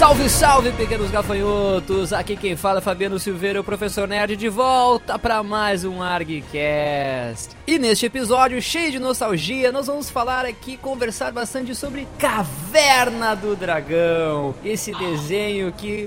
Salve, salve, pequenos gafanhotos! Aqui quem fala é Fabiano Silveira, o Professor Nerd, de volta para mais um ArgCast. E neste episódio, cheio de nostalgia, nós vamos falar aqui, conversar bastante sobre Caverna do Dragão. Esse desenho que...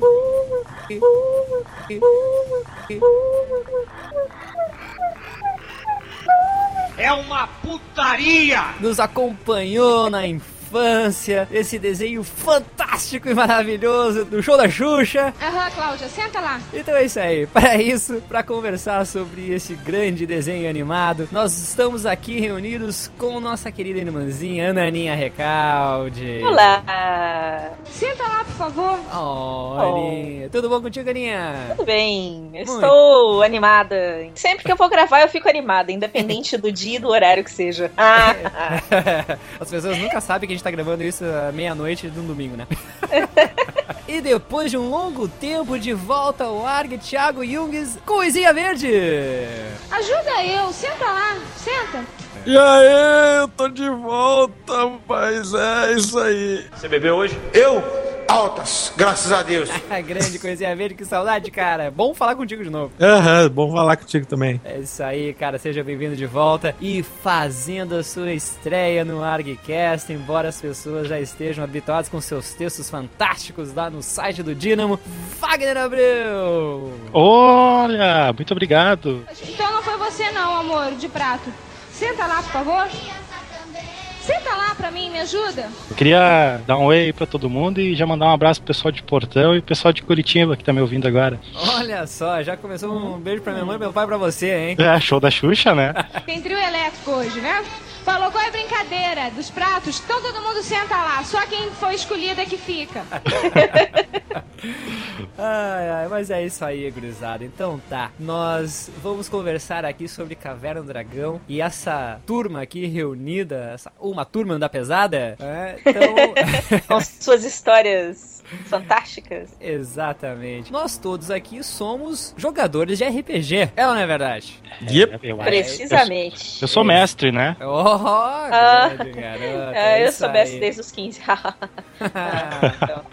É uma putaria! Nos acompanhou na infância, esse desenho fantástico e maravilhoso do Show da Xuxa. Cláudia, senta lá. Então é isso aí. Para isso, para conversar sobre esse grande desenho animado, nós estamos aqui reunidos com nossa querida irmãzinha Ananinha Recalde. Olá! Senta lá, por favor. Aninha. Tudo bom contigo, Aninha? Tudo bem. Eu estou animada. Sempre que eu vou gravar, eu fico animada, independente do dia e do horário que seja. As pessoas nunca sabem que a gente tá gravando isso à meia-noite de um domingo, né? E depois de um longo tempo, de volta ao Arg, Thiago Junges, Coisinha Verde. Ajuda eu, senta lá, senta. E aí, eu tô de volta, mas é isso aí. Você bebeu hoje? Eu? Altas, graças a Deus. Grande Coisinha Verde, que saudade, cara. Bom falar contigo de novo. Bom falar contigo também. É isso aí, cara. Seja bem-vindo de volta e fazendo a sua estreia no ArgCast, embora as pessoas já estejam habituadas com seus textos fantásticos lá no site do Dínamo, Wagner Abreu. Olha, muito obrigado. Então não foi você não, amor, de prato. Senta lá, por favor. Senta lá pra mim, me ajuda. Eu queria dar um oi aí pra todo mundo e já mandar um abraço pro pessoal de Portão e pro pessoal de Curitiba que tá me ouvindo agora. Olha só, já começou um beijo pra minha mãe e meu pai pra você, hein? Show da Xuxa, né? Tem trio elétrico hoje, né? Falou, qual é a brincadeira dos pratos? Então todo mundo senta lá, só quem foi escolhido é que fica. Mas é isso aí, gurizada. Então tá, nós vamos conversar aqui sobre Caverna do Dragão e essa turma aqui reunida, uma turma da pesada, então... Com suas histórias fantásticas. Exatamente. Nós todos aqui somos jogadores de RPG. Não é verdade? Precisamente. Eu sou mestre, né? Grande garoto. Eu sou mestre desde os 15. Então.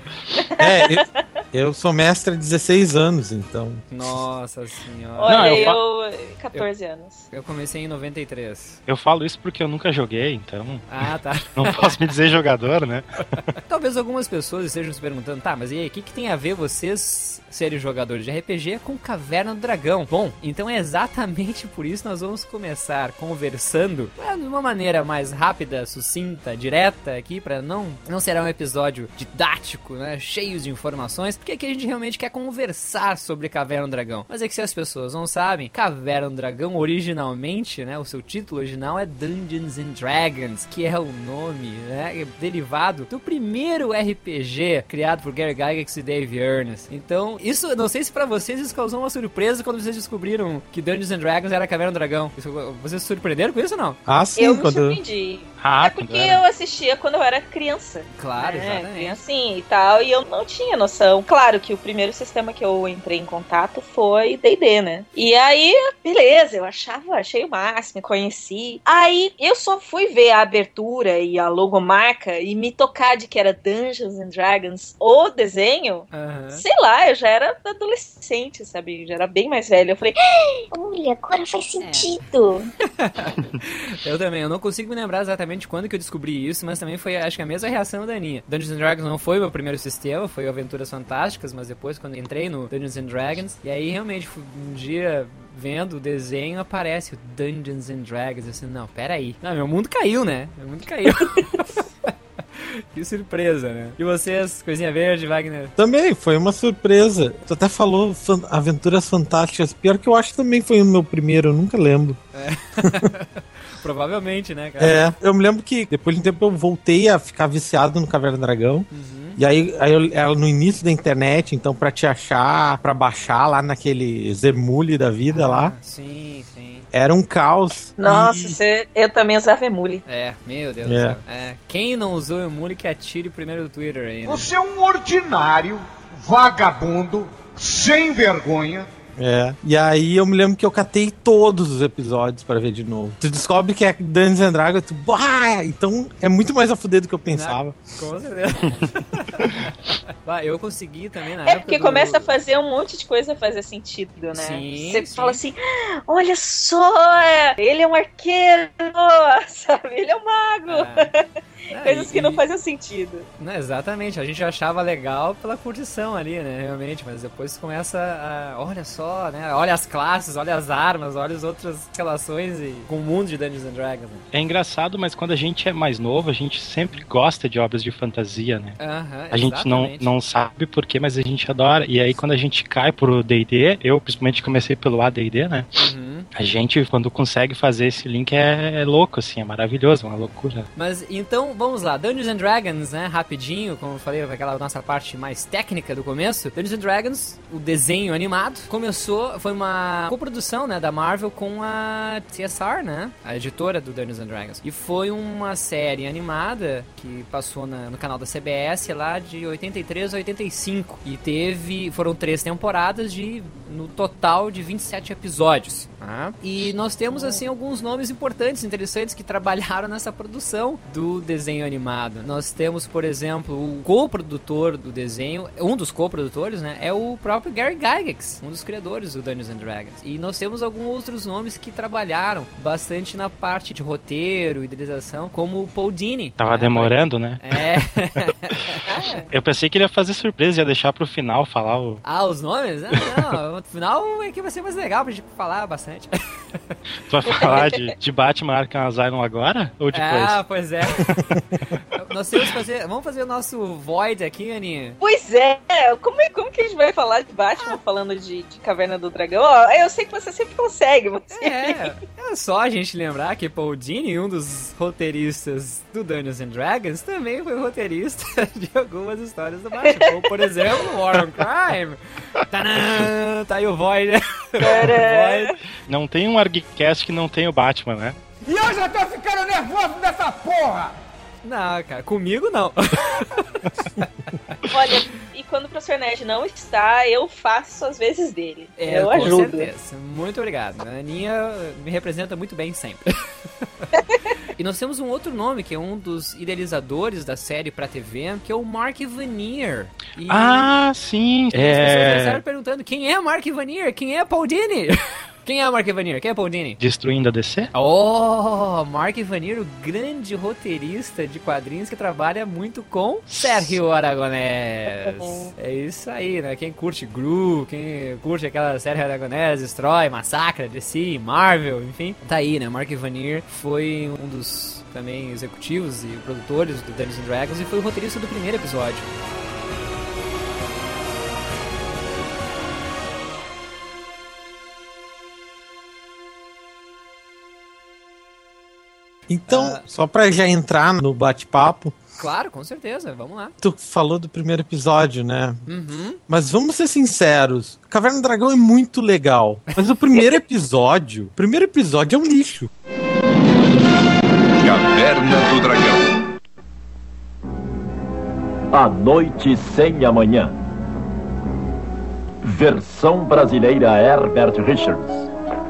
Eu sou mestre há 16 anos, então. Nossa senhora. Olha, eu 14 anos. Eu comecei em 93. Eu falo isso porque eu nunca joguei, então... Tá. Não posso me dizer jogador, né? Talvez algumas pessoas estejam se perguntando, tá, mas e aí, o que tem a ver vocês serem jogadores de RPG com Caverna do Dragão? Bom, então é exatamente por isso que nós vamos começar conversando de uma maneira mais rápida, sucinta, direta aqui, pra não será um episódio didático, né, cheio de informações, porque aqui a gente realmente quer conversar sobre Caverna do Dragão. Mas é que se as pessoas não sabem, Caverna do Dragão originalmente, né, o seu título original é Dungeons and Dragons, que é o nome, né, derivado do primeiro RPG criado por Gary Gygax e Dave Earnest. Então, isso, não sei se pra vocês isso causou uma surpresa quando vocês descobriram que Dungeons and Dragons era Caverna do Dragão. Vocês se surpreenderam com isso ou não? Sim, eu me surpreendi. Porque eu assistia quando eu era criança. Claro, exatamente. Criancinha e tal, e eu não tinha noção. Claro que o primeiro sistema que eu entrei em contato foi D&D, né? E aí, beleza, eu achei o máximo, conheci. Aí, eu só fui ver a abertura e a logomarca e me tocar de que era Dungeons and Dragons, o desenho. Sei lá, eu já era adolescente, sabe? Eu já era bem mais velha. Eu falei, olha, agora faz sentido. Eu também, eu não consigo me lembrar exatamente quando que eu descobri isso, mas também foi, acho que a mesma reação da Aninha. Dungeons and Dragons não foi o meu primeiro sistema, foi Aventuras Fantásticas, mas depois quando entrei no Dungeons and Dragons, e aí realmente um dia vendo o desenho aparece o Dungeons and Dragons, eu assim, não, peraí. Não, meu mundo caiu, né? Meu mundo caiu. Que surpresa, né? E vocês, Coisinha Verde, Wagner? Também, foi uma surpresa. Tu até falou Aventuras Fantásticas. Pior que eu acho que também foi o meu primeiro, eu nunca lembro. Provavelmente, né, cara? Eu me lembro que depois de um tempo eu voltei a ficar viciado no Caverna do Dragão. E aí era no início da internet, então pra te achar, pra baixar lá naquele Zemule da vida lá. Sim, sim. Era um caos. Nossa, eu também usava Emule. Meu Deus do céu. Quem não usou Emule que atire primeiro do Twitter aí, né? Você é um ordinário, vagabundo, sem vergonha, E aí eu me lembro que eu catei todos os episódios pra ver de novo. Tu descobre que é Dungeons and Dragons, então é muito mais a fuder do que eu pensava. Com certeza. Eu consegui também na época. Porque começa a fazer um monte de coisa fazer sentido, né? Sim, Você fala assim, olha só, ele é um arqueiro, sabe? Ele é um mago. Coisas que não faziam sentido. Não, exatamente, a gente achava legal pela curtição ali, né, realmente, mas depois começa a, olha só, né, olha as classes, olha as armas, olha as outras relações com o mundo de Dungeons and Dragons, né? É engraçado, mas quando a gente é mais novo, a gente sempre gosta de obras de fantasia, né? A gente não sabe porquê, mas a gente adora, e aí quando a gente cai pro D&D, eu principalmente comecei pelo AD&D, né? A gente, quando consegue fazer esse link, é louco, assim, é maravilhoso, é uma loucura. Mas, então, vamos lá, Dungeons and Dragons, né, rapidinho, como eu falei, aquela nossa parte mais técnica do começo. Dungeons and Dragons, o desenho animado, foi uma coprodução, né, da Marvel com a TSR, né, a editora do Dungeons and Dragons. E foi uma série animada que passou no canal da CBS lá de 83 a 85. E foram 3 temporadas no total de 27 episódios. E nós temos, assim, alguns nomes importantes, interessantes, que trabalharam nessa produção do desenho animado. Nós temos, por exemplo, o coprodutor do desenho, um dos coprodutores, né, é o próprio Gary Gygax, um dos criadores do Dungeons and Dragons. E nós temos alguns outros nomes que trabalharam bastante na parte de roteiro, idealização, como o Paul Dini. Tava demorando, né? Eu pensei que ele ia fazer surpresa, ia deixar pro final falar o... os nomes? Não, no final é que vai ser mais legal pra gente falar bastante. Tu vai falar de Batman Arkham Asylum agora? Ou depois? Pois é. Nós temos que vamos fazer o nosso Void aqui, Aninha? Pois é, como que a gente vai falar de Batman falando de Caverna do Dragão? Eu sei que você sempre consegue, É só a gente lembrar que Paul Dini, um dos roteiristas do Dungeons and Dragons, também foi roteirista de algumas histórias do Batman, como, por exemplo, War on Crime. Tadã! Tá aí o Void, né? Não tem um ArgCast que não tem o Batman, né? E eu já tô ficando nervoso dessa porra! Não, cara, comigo não. Olha, e quando o Professor Nerd não está, eu faço as vezes dele. Eu com ajudo. certeza. Muito obrigado. A Aninha me representa muito bem sempre. E nós temos um outro nome, que é um dos idealizadores da série pra TV, que é o Mark Vanier. Sim! As pessoas estavam perguntando, quem é Mark Vanier? Quem é Paul Dini? Quem é Mark Vanier? Quem é Paul Dini? Destruindo a DC? Mark Vanier, o grande roteirista de quadrinhos que trabalha muito com Sérgio Aragonés. É isso aí, né? Quem curte Gru, quem curte aquela Sérgio Aragonés, Destrói, Massacra, DC, Marvel, enfim. Tá aí, né? Mark Vanier foi um dos também executivos e produtores do Dungeons and Dragons e foi o roteirista do primeiro episódio. Então, só pra já entrar no bate-papo... Claro, com certeza, vamos lá. Tu falou do primeiro episódio, né? Mas vamos ser sinceros, Caverna do Dragão é muito legal, mas o primeiro episódio é um lixo. Caverna do Dragão. A Noite Sem Amanhã. Versão brasileira Herbert Richards.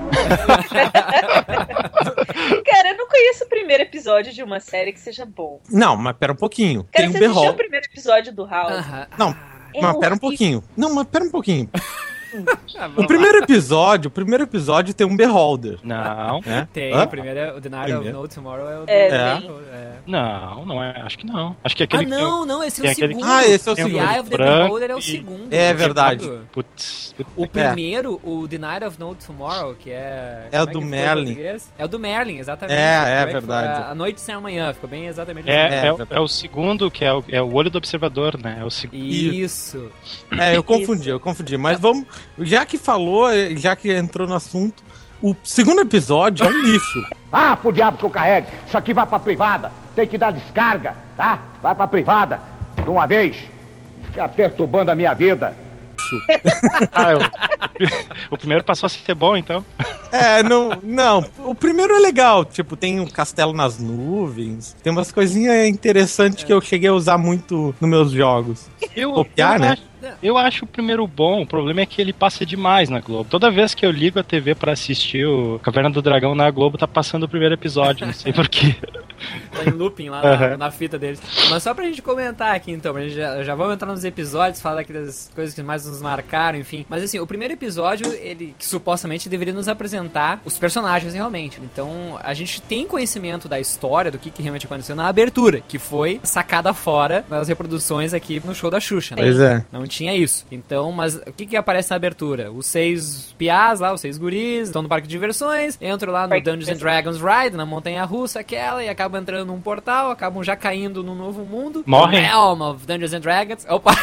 Cara, eu não conheço o primeiro episódio de uma série que seja bom. Não, mas pera um pouquinho. Cara, tem um você berrol. assistiu o primeiro episódio do House? Não, mas pera um pouquinho. Não, mas pera um pouquinho. O primeiro episódio tem um Beholder. Não. Tem, o primeiro o The Night of No Tomorrow é o Não é, acho que não. Acho que é aquele não, esse é o segundo. Esse é o segundo. The Eye of the Beholder é o segundo. É verdade. O primeiro, o The Night of No Tomorrow, que é... É o do Merlin. É o do Merlin, exatamente. É verdade. A Noite Sem Amanhã, ficou bem exatamente É o segundo, que é o Olho do Observador, né? É o segundo. Isso. Eu confundi. Mas vamos... Já que falou, já que entrou no assunto, o segundo episódio é um lixo. Pro diabo que eu carregue. Isso aqui vai pra privada. Tem que dar descarga, tá? Vai pra privada. De uma vez. Fica perturbando a minha vida. O primeiro passou a ser bom, então. Não. O primeiro é legal. Tipo, tem um castelo nas nuvens. Tem umas coisinhas interessantes que eu cheguei a usar muito nos meus jogos. Copiar, né? Eu acho o primeiro bom, o problema é que ele passa demais na Globo. Toda vez que eu ligo a TV pra assistir o Caverna do Dragão na Globo, tá passando o primeiro episódio, não sei porquê. Tá em looping lá na fita deles. Mas só pra gente comentar aqui, então, a gente já vamos entrar nos episódios, falar aqui das coisas que mais nos marcaram, enfim. Mas assim, o primeiro episódio, ele que supostamente deveria nos apresentar os personagens realmente. Então, a gente tem conhecimento da história, do que realmente aconteceu na abertura, que foi sacada fora nas reproduções aqui no show da Xuxa, né? Pois é. Não tinha isso. Então, mas o que aparece na abertura? Os 6 piás lá, os 6 guris, estão no parque de diversões, entram lá no Dungeons and Dragons Ride, na montanha-russa aquela, e acabam entrando num portal, acabam já caindo num novo mundo. Morrem. Realm of Dungeons and Dragons. Opa!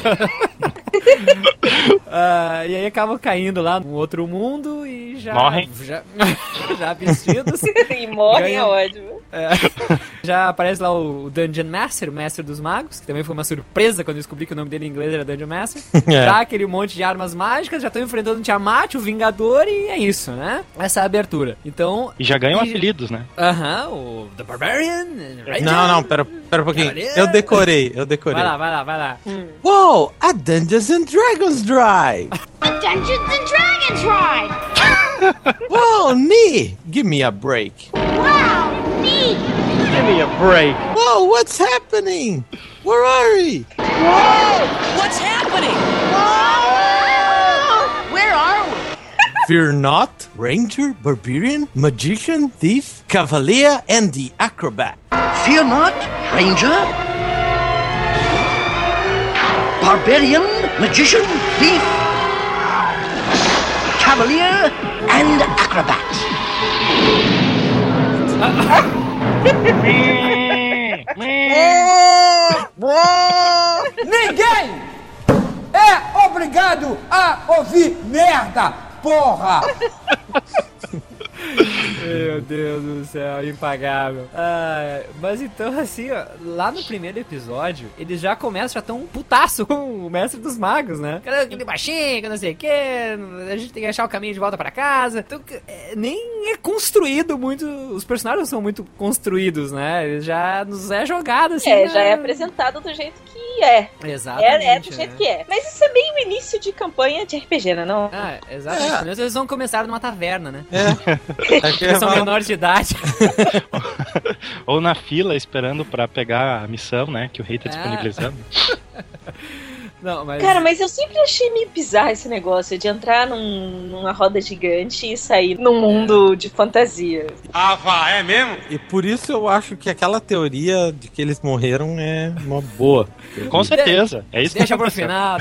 E aí acabam caindo lá num outro mundo e já... Morrem. Já vestidos. E morrem é ótimo. Já aparece lá o Dungeon Master, o mestre dos magos, que também foi uma surpresa quando eu descobri que o nome dele em inglês era Dungeon Master. Já aquele monte de armas mágicas, já estão enfrentando o Tiamat, o Vingador, e é isso, né? Essa é a abertura. Então... E já ganham apelidos, né? O The Barbarian... Não, pera um pouquinho. Eu decorei. Vai lá. Whoa, a Dungeons and Dragons Drive! A Dungeons and Dragons ride! Whoa, Nee! Give me a break. Wow, neat! Give me a break. Whoa, what's happening? Where are we? Whoa! What's happening? Whoa! Where are we? Fear not, Ranger, Barbarian, Magician, Thief, Cavalier, and the Acrobat. Fear not, Ranger, Barbarian, Magician, Thief, Cavalier, and Acrobat. Ninguém é obrigado a ouvir merda, porra! Meu Deus do céu, impagável. Mas então, assim, ó, lá no primeiro episódio, eles já começam, já tão putaço com o mestre dos magos, né? Aquele baixinho, não sei o que, a gente tem que achar o caminho de volta pra casa. Então, nem é construído muito, os personagens não são muito construídos, né? Eles já nos é jogado, assim. Já é apresentado do jeito que é. Exatamente. É do jeito que é. Mas isso é meio o início de campanha de RPG, né? Não? Exatamente. Eles vão começar numa taverna, né? Eles são menores de idade. Ou na fila esperando pra pegar a missão, né? Que o rei tá disponibilizando. Não, mas... Cara, mas eu sempre achei meio bizarro esse negócio de entrar numa roda gigante e sair num mundo de fantasia. É mesmo? E por isso eu acho que aquela teoria de que eles morreram é uma boa. Com certeza. É isso deixa pro final.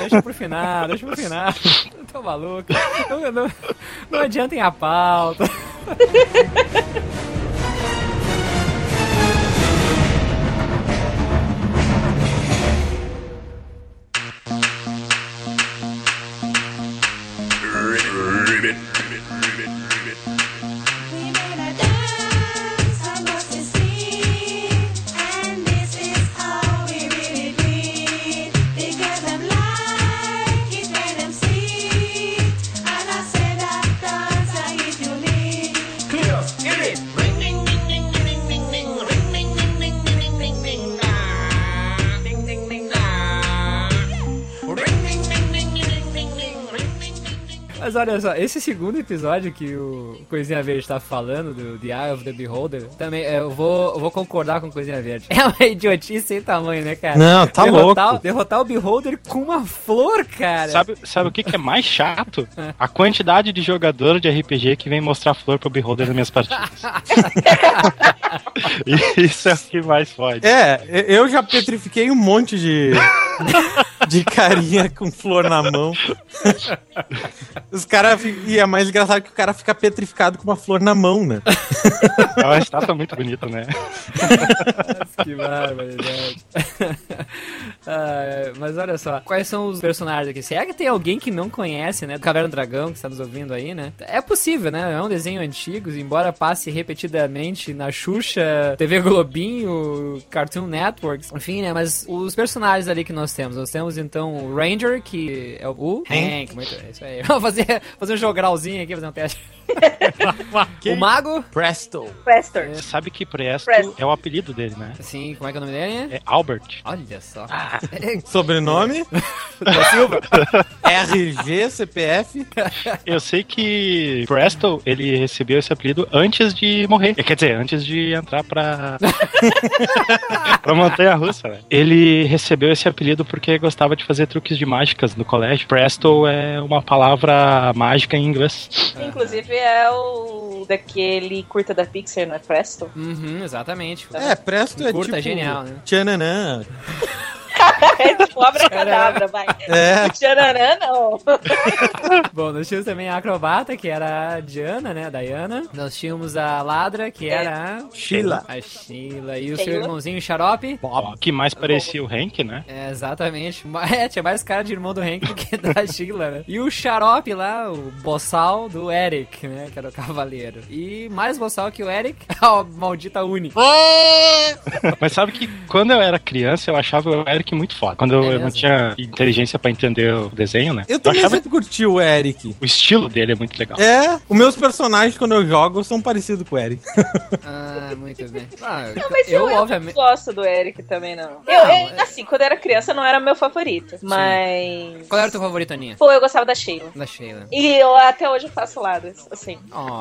Tô maluco. Não adiantem a pauta. Mas olha só, esse segundo episódio que o Coisinha Verde tá falando, do The Eye of the Beholder, também eu vou concordar com o Coisinha Verde. É uma idiotice sem tamanho, né, cara? Não, tá louco. Derrotar o Beholder com uma flor, cara. Sabe o que é mais chato? A quantidade de jogador de RPG que vem mostrar flor pro Beholder nas minhas partidas. Isso é o que mais fode. Eu já petrifiquei um monte de carinha com flor na mão. Os caras... E é mais engraçado que o cara fica petrificado com uma flor na mão, né? É uma estátua muito bonita, né? Que barbaridade. Mas olha só, quais são os personagens aqui? Se é que tem alguém que não conhece, né? Do Caverna do Dragão, que está nos ouvindo aí, né? É possível, né? É um desenho antigo, embora passe repetidamente na Xuxa, TV Globinho, Cartoon Network, enfim, né? Mas os personagens ali que nós temos então o Ranger, que é o Hank, muito, é isso aí. Vamos fazer um jogralzinho aqui, fazer um teste. O mago? Presto. Prestor. Você sabe que Presto é o apelido dele, né? Sim, como é que é o nome dele? É Albert. Olha só. Sobrenome? Da Silva. RG, CPF. Eu sei que Presto, ele recebeu esse apelido antes de morrer. Quer dizer, antes de entrar pra montanha-russa, né? Ele recebeu esse apelido porque gostava de fazer truques de mágicas no colégio. Presto é uma palavra mágica em inglês. Inclusive é o daquele curta da Pixar, não é Presto? Uhum, exatamente. Presto é curta tipo... genial, né? Tchananã. É tipo Abracadabra, vai. Tchananã, não. Bom, nós tínhamos também a acrobata, que era a Diana, né? A Diana. Nós tínhamos a ladra, que era a Sheila. A Sheila. E o seu irmãozinho Xarope. Bob. Que mais parecia o Hank, né? É, exatamente. Tinha mais cara de irmão do Hank do que da Sheila, né? E o Xarope lá, o boçal do Eric, né? Que era o cavaleiro. E mais boçal que o Eric, a maldita Uni. Mas sabe que quando eu era criança, eu achava o Eric muito foda. Quando eu não tinha inteligência pra entender o desenho, né? Eu também sempre curti o Eric. O estilo dele é muito legal. Os meus personagens, quando eu jogo, são parecidos com o Eric. Muito bem. Não, mas eu obviamente não gosto do Eric também, não. Assim, quando eu era criança, não era meu favorito. Sim. Mas... Qual era o teu favorito, Aninha? Pô, eu gostava da Sheila. Da Sheila. E eu até hoje eu faço lado, assim.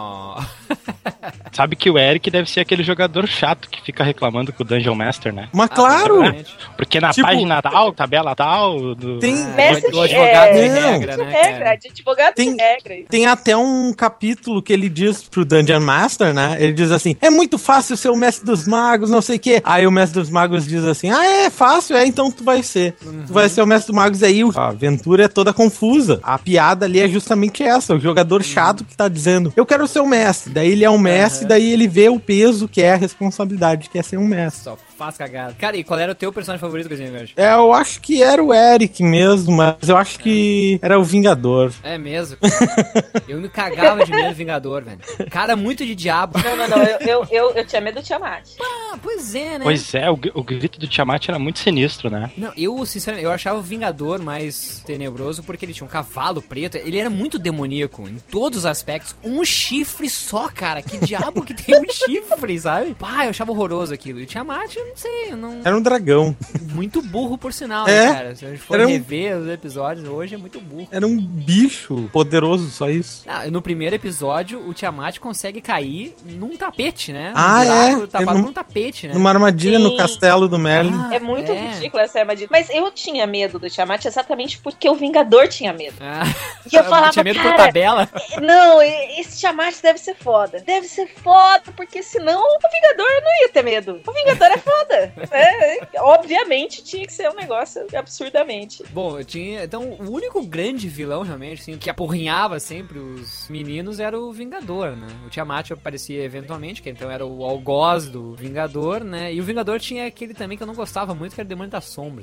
Sabe que o Eric deve ser aquele jogador chato que fica reclamando com o Dungeon Master, né? Mas claro! Porque na página tal, tabela tal... Tem... o advogado de regra, né? Advogado de regra. Tem até um capítulo que ele diz pro Dungeon Master, né? Ele diz assim, é muito fácil ser o mestre dos magos, não sei o quê. Aí o mestre dos magos diz assim, é fácil, então tu vai ser. Tu vai ser o mestre dos magos. Aí a aventura é toda confusa. A piada ali é justamente essa, o jogador chato que tá dizendo, eu quero ser o mestre. Daí ele é um mestre, daí ele vê o peso que é a responsabilidade, que é ser um mestre. Só faz cagada. Cara, e qual era o teu personagem favorito, Coisinha Verde? Eu acho que era o Eric mesmo, mas eu acho que era o Vingador. É mesmo? Eu me cagava de medo do Vingador, velho. Cara, muito de diabo. Não, eu tinha medo do Tiamat. Pois é, né? Pois é, o grito do Tiamat era muito sinistro, né? Não, eu, sinceramente, eu achava o Vingador mais tenebroso porque ele tinha um cavalo preto. Ele era muito demoníaco em todos os aspectos. Um chifre só, cara. Que diabo que tem um chifre, sabe? Pá, eu achava horroroso aquilo. E o Tiamat, eu não sei, não... Era um dragão. Muito burro, por sinal, né, cara? Se a gente for rever os episódios hoje, é muito burro. Era um bicho poderoso, só isso. No primeiro episódio, o Tiamat consegue cair num tapete, né? Tapado num tapete, né? Numa armadilha no castelo do Merlin. É muito ridículo essa armadilha. Mas eu tinha medo do Tiamat exatamente porque o Vingador tinha medo. E eu falava, tinha medo por tabela? Não, esse Tiamat deve ser foda. Deve ser foda, porque senão o Vingador não ia ter medo. O Vingador é foda. Obviamente tinha que ser um negócio absurdamente. Bom, eu tinha... Então, o único grande vilão, realmente, assim, que apurrinhava sempre os meninos era o Vingador, né? O Tiamat aparecia eventualmente, que então era o algoz do Vingador, né? E o Vingador tinha aquele também que eu não gostava muito, que era o Demônio das Sombras.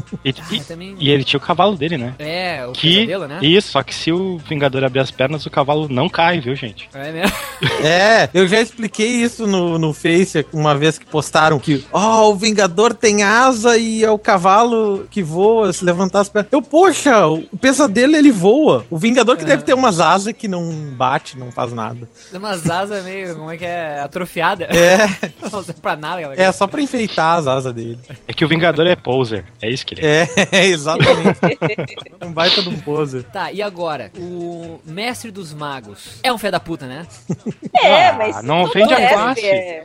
E ele tinha o cavalo dele, né? O pesadelo, né? Isso, só que se o Vingador abrir as pernas, o cavalo não cai, viu, gente? É mesmo? Eu já expliquei isso no Face uma vez que postaram que, o Vingador tem asa e é o cavalo que voa, se levantar as pernas. Poxa, o pesadelo ele voa. O Vingador que deve ter umas asas que não bate, não faz nada. Umas asas meio, como é que é? Atrofiada. Não serve pra nada. Só pra enfeitar as asas dele. É que o Vingador é poser. É isso que ele é. Exatamente. Um baita de um poser. Tá, e agora? O Mestre dos Magos é um fé da puta, né? Mas... Não ofende a classe.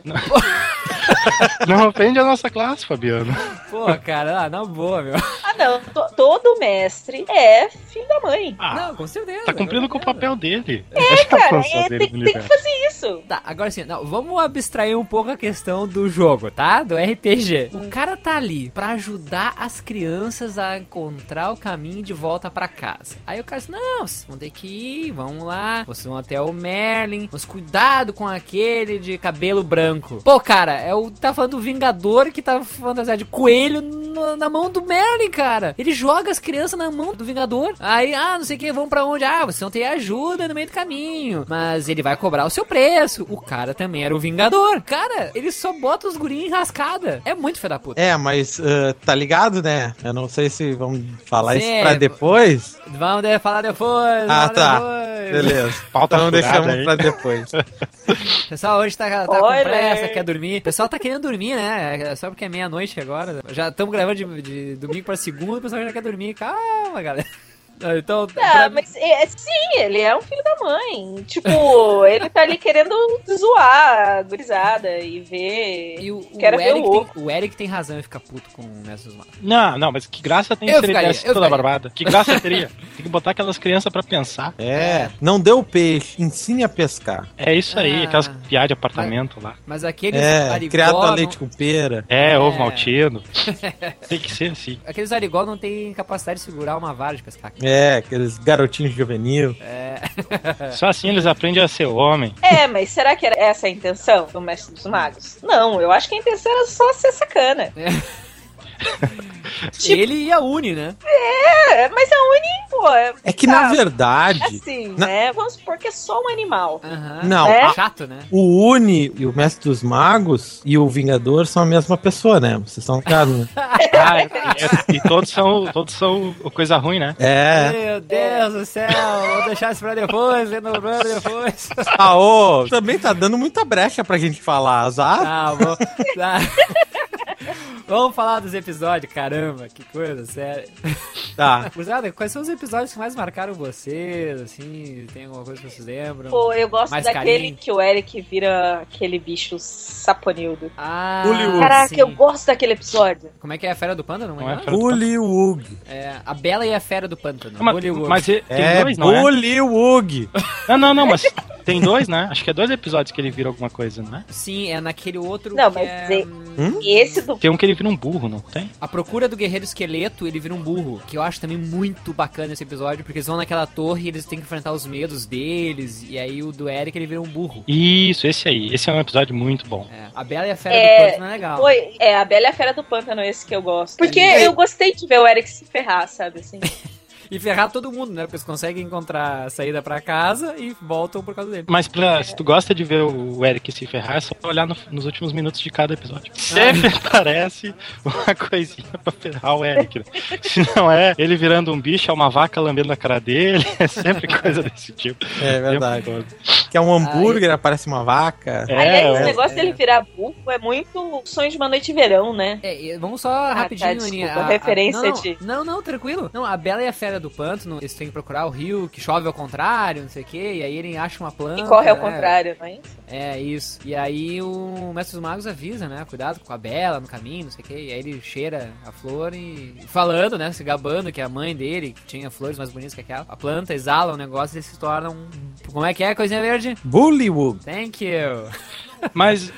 Não ofende a nossa classe, Fabiano. Pô, cara, na boa, meu. Não. Todo mestre é filho da mãe. Não, com certeza. Tá cumprindo com o papel dele. Cara, tem que fazer isso. Tá, agora sim, vamos abstrair um pouco a questão do jogo, tá? Do RPG. O cara tá ali pra ajudar as crianças a encontrar o caminho de volta pra casa. Aí o cara diz, não, vocês vão ter que ir, vamos lá, vocês vão até o Merlin, mas cuidado com aquele de cabelo branco. Pô, cara, tá falando do Vingador que tá fantasiado de coelho na mão do Merlin, cara. Ele joga as crianças na mão do Vingador. Aí, não sei o que, vão pra onde? Vocês vão ter ajuda no meio do caminho. Mas ele vai cobrar o seu preço. O cara também era o Vingador. Cara, ele só bota os gurinhos em rascada. É muito filho da puta. Mas tá ligado, né? Eu não sei se vamos falar isso pra depois. Vamos falar depois. Beleza. Então deixamos pra depois. O pessoal hoje tá com pressa, quer dormir. O pessoal tá querendo dormir, né? Só porque é meia-noite agora. Já estamos gravando de domingo pra segunda, o pessoal já quer dormir. Calma, galera. Então, mas sim, ele é um filho da mãe. Tipo, ele tá ali querendo zoar a gurizada e ver. E o Eric tem razão em ficar puto com o Mestre dos Magos. Não, mas que graça tem se ele desse toda barbada? Que graça teria? Tem que botar aquelas crianças pra pensar. Não deu peixe, ensine a pescar. É isso aí, aquelas piadas de apartamento lá. Mas aqueles criado a leite com pera. Ovo maltino. Tem que ser assim. Aqueles arigó não tem capacidade de segurar uma vara de pescar. Aqueles garotinhos juvenil. Só assim eles aprendem a ser homem. Mas será que era essa a intenção do Mestre dos Magos? Não, eu acho que a intenção era só ser sacana. Tipo, ele e a Uni, né? Mas a Uni, pô... É que na verdade... Assim, né? Vamos supor que é só um animal. Não, chato, né? O Uni e o Mestre dos Magos e o Vingador são a mesma pessoa, né? Vocês estão ligados, né? E todos são coisa ruim, né? Meu Deus do céu, vou deixar isso pra depois, renovando depois. Também tá dando muita brecha pra gente falar, azar. Vamos falar dos episódios, caramba, que coisa, sério. Tá. Cruzada, quais são os episódios que mais marcaram vocês, assim, tem alguma coisa que vocês lembram? Pô, eu gosto daquele que o Eric vira aquele bicho saponildo. Caraca, sim. Eu gosto daquele episódio. Como é que é a Fera do Pântano? Não é? Bullywug. A Bela e a Fera do Pântano. Mas tem dois, não é? Bullywug. Não, mas tem dois, né? Acho que é 2 episódios que ele vira alguma coisa, não é? Sim, é naquele outro esse do... Tem um que ele vira um burro, não tem? A Procura do Guerreiro Esqueleto, ele vira um burro. Que eu acho também muito bacana esse episódio, porque eles vão naquela torre e eles têm que enfrentar os medos deles. E aí o do Eric, ele vira um burro. Isso, esse aí. Esse é um episódio muito bom. A Bela e a Fera do Pântano é legal. A Bela e a Fera do Pântano é esse que eu gosto. Porque eu gostei de ver o Eric se ferrar, sabe, assim. E ferrar todo mundo, né? Porque eles conseguem encontrar a saída pra casa e voltam por causa dele. Mas se tu gosta de ver o Eric se ferrar, é só olhar nos últimos minutos de cada episódio. Sempre aparece uma coisinha pra ferrar o Eric, né? Se não é ele virando um bicho, é uma vaca lambendo a cara dele, é sempre coisa desse tipo. É verdade. Que é um hambúrguer, aparece uma vaca. Aliás, esse negócio dele virar burro é muito Sonho de uma Noite de Verão, né? Vamos só rapidinho, Aninha. Referência de... Não, tranquilo. Não, a Bela e a Fera do Pântano, eles têm que procurar o rio, que chove ao contrário, não sei o que, e aí ele acha uma planta. E corre ao contrário, não é isso? É, isso. E aí o Mestre dos Magos avisa, né? Cuidado com a Bela no caminho, não sei o que. E aí ele cheira a flor e falando, né? Se gabando que a mãe dele tinha flores mais bonitas que aquela. A planta exala um negócio e eles se tornam... Como é que é, coisinha verde? Bullywug. Thank you. Mas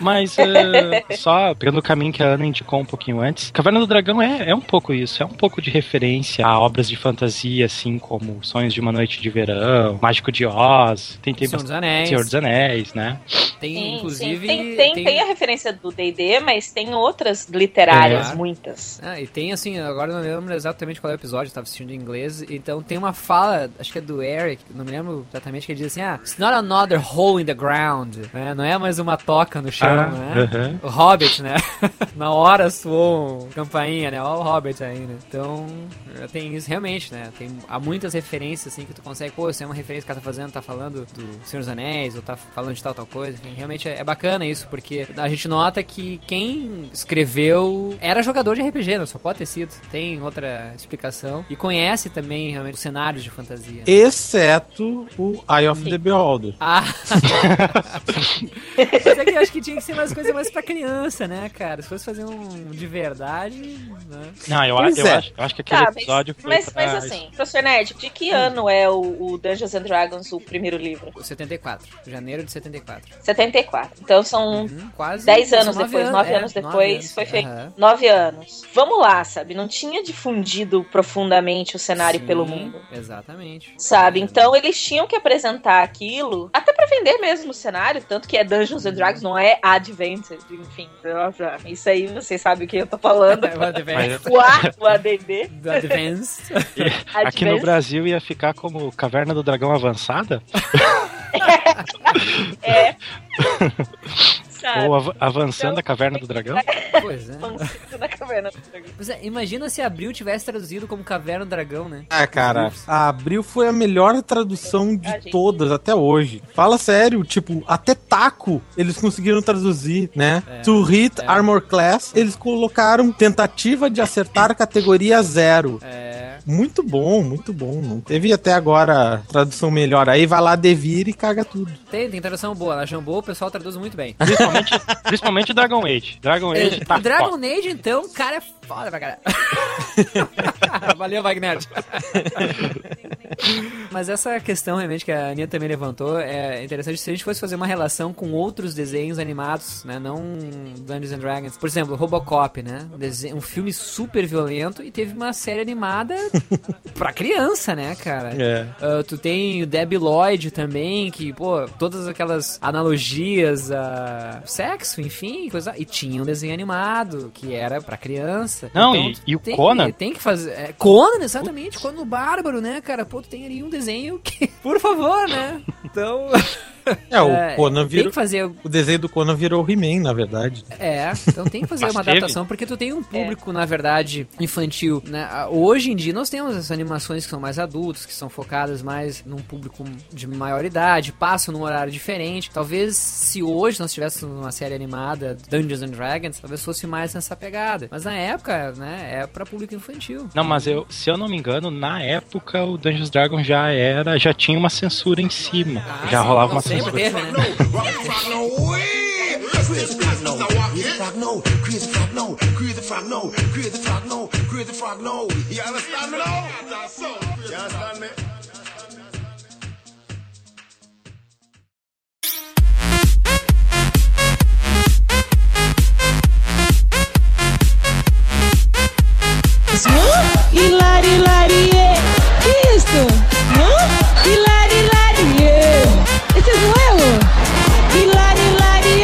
só pegando o caminho que a Ana indicou um pouquinho antes, Caverna do Dragão é um pouco isso, é um pouco de referência a obras de fantasia, assim como Sonhos de uma Noite de Verão, Mágico de Oz, tem Senhor dos Anéis. Senhor dos Anéis, né? Tem, inclusive... Tem a referência do D&D, mas tem outras literárias, muitas. E tem, assim, agora não lembro exatamente qual é o episódio, eu tava assistindo em inglês, então tem uma fala, acho que é do Eric, não me lembro exatamente, que ele diz assim, it's not another hole in the ground, né? Não é mais uma toca no chão, né? O Hobbit, né? Na hora soou campainha, né? Olha o Hobbit aí, né? Então, tem isso realmente, né? Há muitas referências, assim, que tu consegue, isso é uma referência que ela tá fazendo, tá falando do Senhor dos Anéis, ou tá falando de tal coisa, enfim, realmente é bacana isso, porque a gente nota que quem escreveu era jogador de RPG, não só pode ter sido, tem outra explicação, e conhece também, realmente, os cenários de fantasia. Exceto o Eye of the Beholder. Mas é que eu acho que tinha que ser umas coisas mais pra criança, né, cara? Se fosse fazer um de verdade, né? Não, eu acho que aquele episódio foi mas assim, professor Nerd, de que ano é o Dungeons and Dragons, o primeiro livro? 74, janeiro de 74. 74, então são quase 10 anos depois, 9 anos depois, foi feito 9 anos. Vamos lá, sabe? Não tinha difundido profundamente o cenário pelo mundo. Exatamente. Sabe? Então eles tinham que apresentar aquilo, até pra vender mesmo o cenário, tanto que é Dungeons and Dragons Dragons, não é Advanced, enfim. Isso aí, vocês sabem o que eu tô falando. O AD&D. Do Advanced. Aqui no Brasil ia ficar como Caverna do Dragão Avançada? É. Ou avançando a Caverna do Dragão? Pois é. Avançando a Caverna do Dragão. Pois é, imagina se Abril tivesse traduzido como Caverna do Dragão, né? Ah, cara, a Abril foi a melhor tradução de todas até hoje. Fala sério, tipo, até taco eles conseguiram traduzir, né? To hit Armor Class, eles colocaram tentativa de acertar categoria 0. Muito bom, muito bom. Não teve até agora tradução melhor. Aí vai lá, devira e caga tudo. Tem tradução boa. Na Jambô o pessoal traduz muito bem. Principalmente Dragon Age. Dragon Age tá Dragon Age, então, o cara é foda pra caralho. Valeu, Wagner. Mas essa questão realmente que a Aninha também levantou é interessante se a gente fosse fazer uma relação com outros desenhos animados, né? Não Dungeons and Dragons. Por exemplo, Robocop, né? Um filme super violento e teve uma série animada pra criança, né, cara? Tu tem o Debbie Lloyd também, que, pô, todas aquelas analogias a sexo, enfim, coisa. E tinha um desenho animado que era pra criança. Não, então, e o Conan? Tem que fazer. Conan, exatamente. Conan o Bárbaro, né, cara? Pô, tu tem ali um desenho que. Por favor, né? Então. O Conan virou. Tem que fazer... O desenho do Conan virou He-Man, na verdade. Então tem que fazer uma adaptação, porque tu tem um público, na verdade, infantil, né? Hoje em dia nós temos as animações que são mais adultas, que são focadas mais num público de maior idade, passam num horário diferente. Talvez se hoje nós tivéssemos uma série animada, Dungeons and Dragons, talvez fosse mais nessa pegada. Mas na época, né, é pra público infantil. Não, mas se eu não me engano, na época o Dungeons Dragons já tinha uma censura em cima. Já rolava uma censura. Teve, né? Hilari, hilari, que isto? Hilari, hilari, esse é nuevo. Hilari, hilari,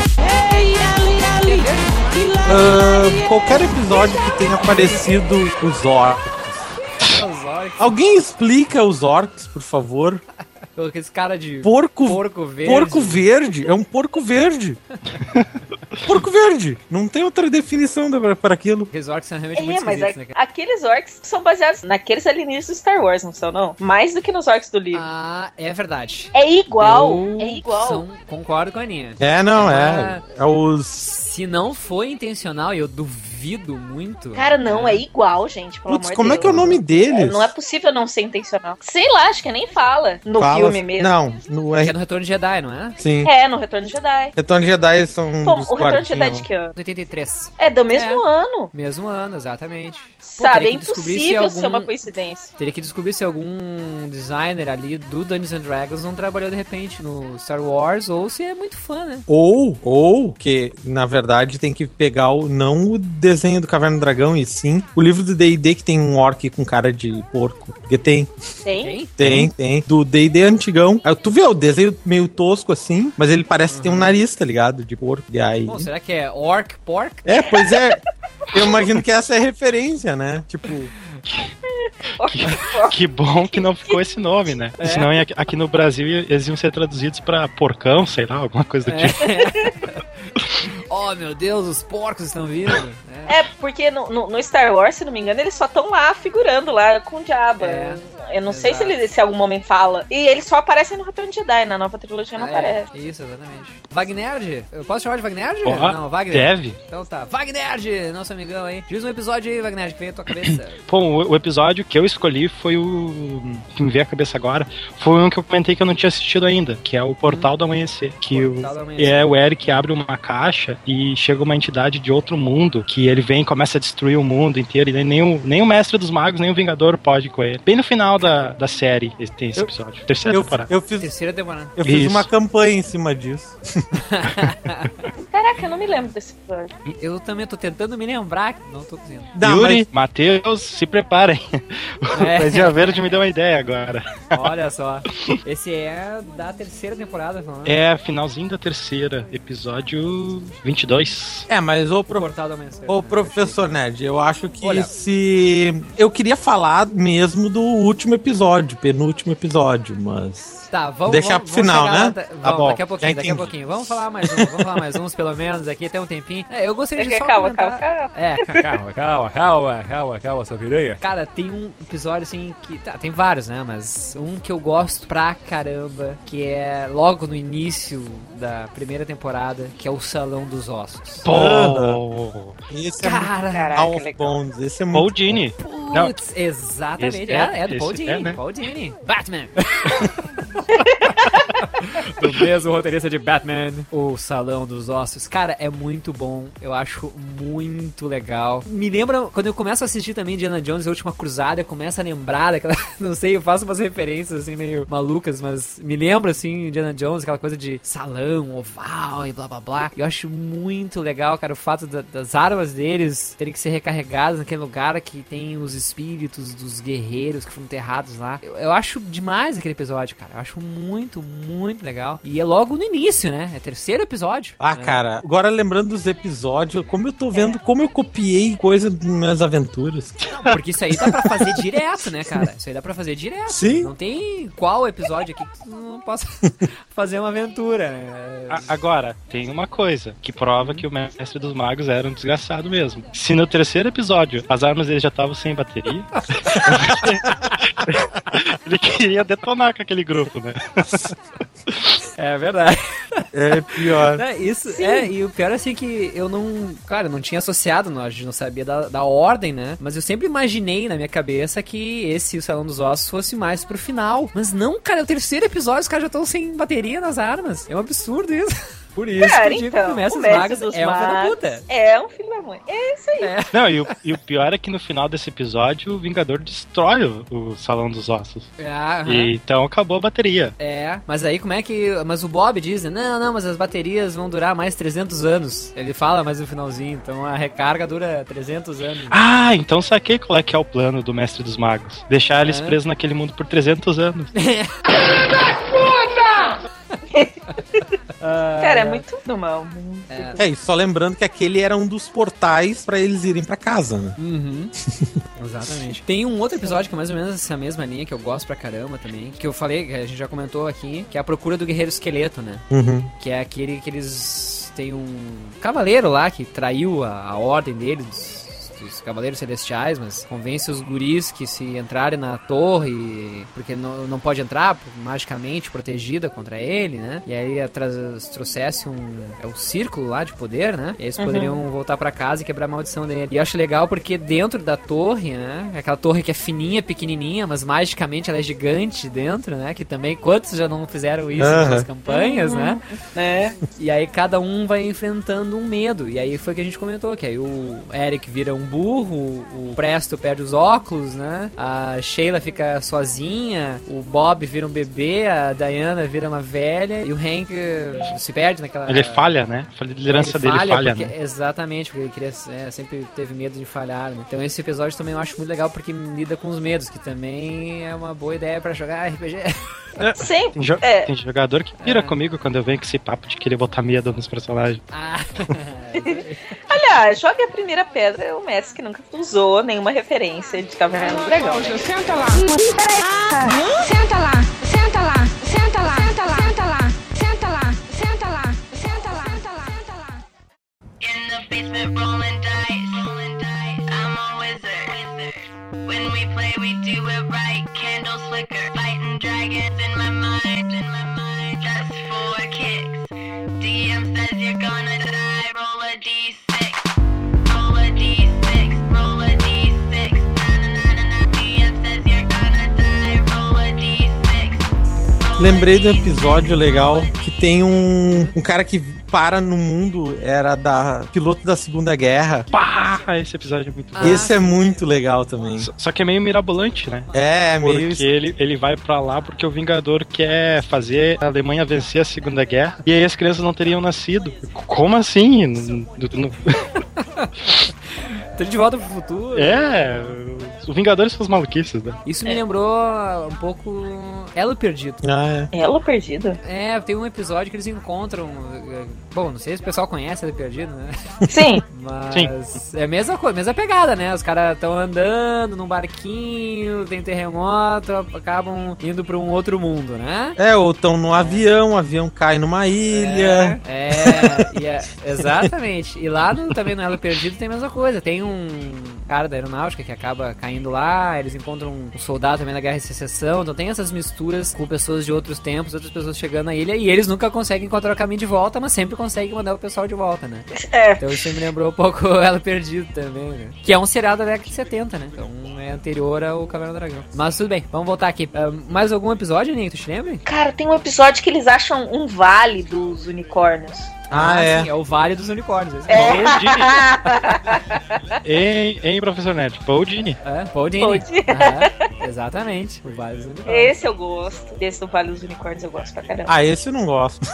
qualquer episódio que tenha aparecido os orcs. Alguém explica os orcs, por favor? Esse cara de porco verde. Porco verde. É um porco verde. Porco verde. Não tem outra definição para aquilo. Os orcs são realmente muito esquisitos, né, cara? Aqueles orcs são baseados naqueles alienígenas do Star Wars, não são, não? Mais do que nos orcs do livro. Ah, é verdade. É igual. É igual. Concordo com a Aninha. É os... Se não foi intencional, e eu duvido muito... Cara, não, é igual, gente, pelo amor de Deus. Como é que é o nome deles? Não é possível não ser intencional. Sei lá, acho que nem fala no filme mesmo. Não, é no Retorno de Jedi, não é? Sim. É, no Retorno de Jedi. Retorno de Jedi são o Retorno de Jedi de que ano? 83. É do mesmo ano. Mesmo ano, exatamente. Sabe, é impossível ser uma coincidência. Teria que descobrir se algum designer ali do Dungeons and Dragons não trabalhou de repente no Star Wars, ou se é muito fã, né? Ou que, na verdade, tem que pegar não o desenho do Caverna do Dragão, e sim o livro do D&D que tem um orc com cara de porco. Porque tem. Tem. Do D&D antigão. Tu vê o desenho meio tosco assim, mas ele parece ter um nariz, tá ligado? De porco. E aí... Bom, será que é orc, pork? Pois é. Eu imagino que essa é a referência, né? Tipo... Que bom que não ficou esse nome, né? Senão aqui no Brasil eles iam ser traduzidos pra porcão, sei lá, alguma coisa do tipo. Oh, meu Deus, os porcos estão vindo. Porque no Star Wars, se não me engano, eles só estão lá figurando lá com o diabo. Eu não sei se ele algum momento fala. E eles só aparecem no Retorno de Jedi, na nova trilogia não aparece. Isso, exatamente. Wagner, eu posso chamar de Wagner? Não, Wagner. Deve. Então tá. Wagner, nosso amigão aí. Diz um episódio aí, Wagner, que vem à tua cabeça. Bom, o episódio que eu escolhi foi o... que me veio à cabeça agora. Foi um que eu comentei que eu não tinha assistido ainda, que é o Portal do Amanhecer. O Eric abre uma caixa e chega uma entidade de outro mundo, que ele vem e começa a destruir o mundo inteiro, e nem o Mestre dos Magos, nem o Vingador pode com ele. Bem no final da série tem esse episódio. Terceira temporada. Terceira temporada. Eu fiz uma campanha em cima disso. Caraca, eu não me lembro desse episódio. Eu também tô tentando me lembrar, não tô conseguindo. Yuri, Matheus, se preparem. O Pezinha Verde me deu uma ideia agora. Olha só. Esse é da terceira temporada, falando. É, finalzinho da terceira, episódio 22. Mas o Portal do Amanhecer. Ô, professor Nerd, eu acho que eu queria falar mesmo do último episódio, penúltimo episódio, mas... Tá, vamos deixar pro final, né? Tá bom, daqui a pouquinho. Vamos falar mais uns pelo menos aqui, até um tempinho. Eu gostaria de só comentar... Calma, sua piranha. Cara, tem um episódio assim que... Tá, tem vários, né? Mas um que eu gosto pra caramba, que é logo no início da primeira temporada, que é o Salão dos Ossos. Esse cara, Hall of Bones. Esse é muito Paul Dini. Putz, exatamente. É do Paul Dini. Né? Paul Dini. Batman. Do mesmo roteirista de Batman. O Salão dos Ossos. Cara, é muito bom. Eu acho muito legal. Me lembra, quando eu começo a assistir também Indiana Jones, A Última Cruzada, eu começo a lembrar daquela... Não sei, eu faço umas referências assim meio malucas, mas me lembra assim, Indiana Jones, aquela coisa de salão, oval e blá blá blá. Eu acho muito legal, cara, o fato das armas deles terem que ser recarregadas naquele lugar que tem os espíritos dos guerreiros que foram enterrados lá. Eu acho demais aquele episódio, cara. Eu acho muito, muito legal. E é logo no início, né? É o terceiro episódio. Cara, agora lembrando dos episódios, como eu tô vendo como eu copiei coisa das minhas aventuras. Não, porque isso aí dá pra fazer direto, né, cara? Isso aí dá pra fazer direto. Sim. Não tem qual episódio aqui que tu não possa fazer uma aventura, né? Agora, tem uma coisa que prova que o Mestre dos Magos era um desgraçado mesmo. Se no terceiro episódio as armas dele já estavam sem bateria, ele queria detonar com aquele grupo, né? É verdade. É pior. E o pior é assim que eu não... Cara, eu não tinha associado, a gente não sabia da ordem, né? Mas eu sempre imaginei na minha cabeça que esse, o Salão dos Ossos, fosse mais pro final. Mas não, cara, é o terceiro episódio, os caras já estão sem bateria nas armas. É um absurdo isso. Por isso cara, que eu digo que o Mestre dos Magos é um filho da puta. É um filho da mãe. É isso aí. Não, e o pior é que no final desse episódio o Vingador destrói o Salão dos Ossos. E então acabou a bateria. Mas aí como é que... Mas o Bob diz, né? Não, mas as baterias vão durar mais 300 anos. Ele fala mais no finalzinho, então a recarga dura 300 anos. Então saquei qual é que é o plano do Mestre dos Magos. Deixar eles presos naquele mundo por 300 anos. Cara, é muito do mal. E só lembrando que aquele era um dos portais pra eles irem pra casa, né? Uhum. Exatamente. Tem um outro episódio que é mais ou menos essa mesma linha, que eu gosto pra caramba também, que eu falei, que a gente já comentou aqui, que é A Procura do Guerreiro Esqueleto, né? Uhum. Que é aquele que eles... Tem um cavaleiro lá que traiu a ordem deles, dos Cavaleiros Celestiais, mas convence os guris que se entrarem na torre, porque não pode entrar, magicamente protegida contra ele, né? E aí trouxesse um círculo lá de poder, né? E aí eles poderiam voltar pra casa e quebrar a maldição dele. E eu acho legal porque dentro da torre, né? Aquela torre que é fininha, pequenininha, mas magicamente ela é gigante dentro, né? Que também, quantos já não fizeram isso nas campanhas, né? E aí cada um vai enfrentando um medo. E aí foi que a gente comentou, que aí o Eric vira um burro, o Presto perde os óculos, né? A Sheila fica sozinha, o Bob vira um bebê, a Diana vira uma velha e o Hank se perde naquela... Ele falha, né? A liderança dele falha, porque, né? Exatamente, porque ele queria, sempre teve medo de falhar, né? Então esse episódio também eu acho muito legal porque lida com os medos, que também é uma boa ideia pra jogar RPG. Sempre. Tem jogador que pira comigo quando eu venho com esse papo de querer botar medo nos personagens. Aliás, joga a primeira pedra, é o Messi que nunca usou nenhuma referência de Caverna do Dragão. Senta lá. Senta lá. Senta lá. Senta lá. Senta lá. Senta lá. Senta lá. Senta lá. Senta lá. Senta lá. Senta lá. In the basement rolling dice. I'm a wizard. When we play we do it right. Candles flicker. Fighting dragons in my mind. Just for kicks. DM says you're gonna die. Roll a d6. Roll a d6. Roll a d6. Na-na-na-na-na. DM says you're gonna die. Roll a d6. Lembrei de um episódio legal que tem um cara que para no mundo era da piloto da Segunda Guerra. Pá, esse episódio é muito bom. Esse é muito legal também. Só que é meio mirabolante, né? É, meio... Porque ele vai pra lá porque o Vingador quer fazer a Alemanha vencer a Segunda Guerra e aí as crianças não teriam nascido. Como assim? Tô de volta pro futuro. É, os Vingadores são os maluquices, né? Isso me lembrou um pouco Elo Perdido. Ah, é. Elo Perdido? É, tem um episódio que eles encontram... Bom, não sei se o pessoal conhece Elo Perdido, né? Sim. Mas é a mesma coisa, mesma pegada, né? Os caras estão andando num barquinho, tem terremoto, acabam indo pra um outro mundo, né? É, ou estão num avião, o avião cai numa ilha. Exatamente. E lá também no Elo Perdido tem a mesma coisa. Tem um cara da aeronáutica que acaba caindo lá, eles encontram um soldado também da Guerra de Secessão, então tem essas misturas com pessoas de outros tempos, outras pessoas chegando na ilha, e eles nunca conseguem encontrar o caminho de volta, mas sempre conseguem mandar o pessoal de volta, né? É. Então isso me lembrou um pouco Elo Perdido também, né? Que é um seriado da década de 70, né? Então é anterior ao Caverna do Dragão. Mas tudo bem, vamos voltar aqui. Mais algum episódio, Ninho, tu te lembra? Cara, tem um episódio que eles acham um vale dos unicórnios. Sim, é o Vale dos Unicórnios. Em Professor Nerd, Paul Dini. Paul Dini. Exatamente, o Vale dos Unicórnios. Esse eu gosto. Esse do Vale dos Unicórnios eu gosto pra caramba. Esse eu não gosto.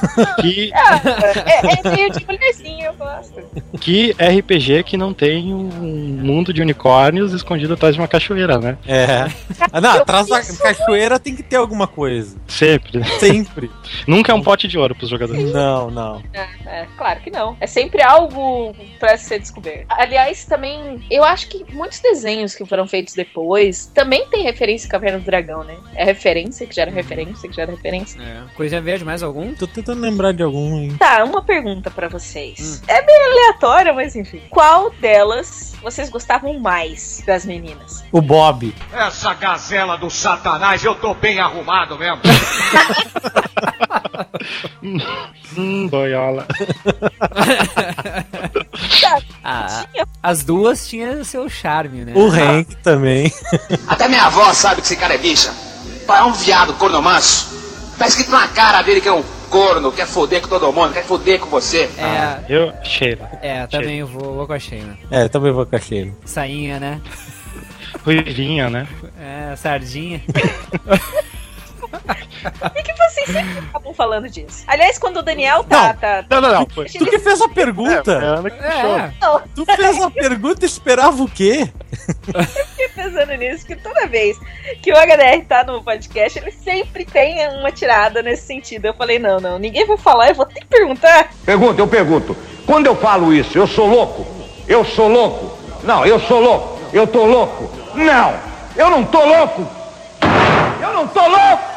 É meio de mulherzinho, eu gosto. Que RPG que não tem um mundo de unicórnios escondido atrás de uma cachoeira, né? Não, atrás da cachoeira tem que ter alguma coisa. Sempre. Nunca é um pote de ouro pros jogadores. Não. Claro que não. É sempre algo pra ser descoberto. Aliás, também, eu acho que muitos desenhos que foram feitos depois também tem referência à Caverna do Dragão, né? É referência, que gera referência, que gera referência. Coisinha Verde, mais algum? Tô tentando lembrar de algum, hein? Tá, uma pergunta pra vocês. É bem aleatória, mas enfim. Qual delas vocês gostavam mais das meninas? O Bob. Essa gazela do Satanás, eu tô bem arrumado mesmo. Boiola. As duas tinham seu charme, né? O Hank também. Até minha avó sabe que esse cara é bicha. É um viado corno manso. Tá escrito na cara dele que é um corno, quer foder com todo mundo, quer foder com você. Eu, Sheila. Também vou com a Sheila. Também vou com a Sheila. Sainha, né? Ruivinha, né? Sardinha. Por que vocês sempre acabam falando disso? Aliás, quando o Daniel Não. Tu que fez a pergunta? Tu fez a pergunta e esperava o quê? Eu fiquei pensando nisso, que toda vez que o HDR tá no podcast, ele sempre tem uma tirada nesse sentido. Eu falei, não, ninguém vai falar, eu vou ter que perguntar. Eu pergunto. Quando eu falo isso, eu sou louco? Eu sou louco? Não, eu sou louco. Eu tô louco? Não, eu não tô louco. Eu não tô louco.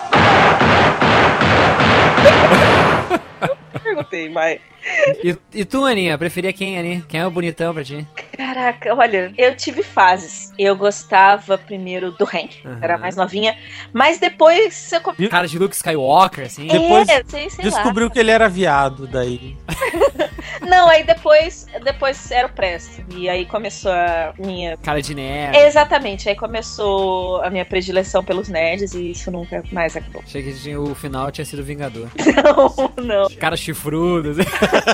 Perguntei, mas... E tu, Aninha, preferia quem, Aninha? Quem é o bonitão pra ti? Caraca, olha, eu tive fases. Eu gostava primeiro do Hank, era mais novinha, mas depois... Cara de Luke Skywalker, assim. Depois sei descobriu que ele era viado, daí... Não, aí depois era o Presto. E aí começou a minha... Cara de nerd. Exatamente, aí começou a minha predileção pelos nerds e isso nunca mais acabou. Achei que o final tinha sido Vingador. Não. Cara chifrudo, assim.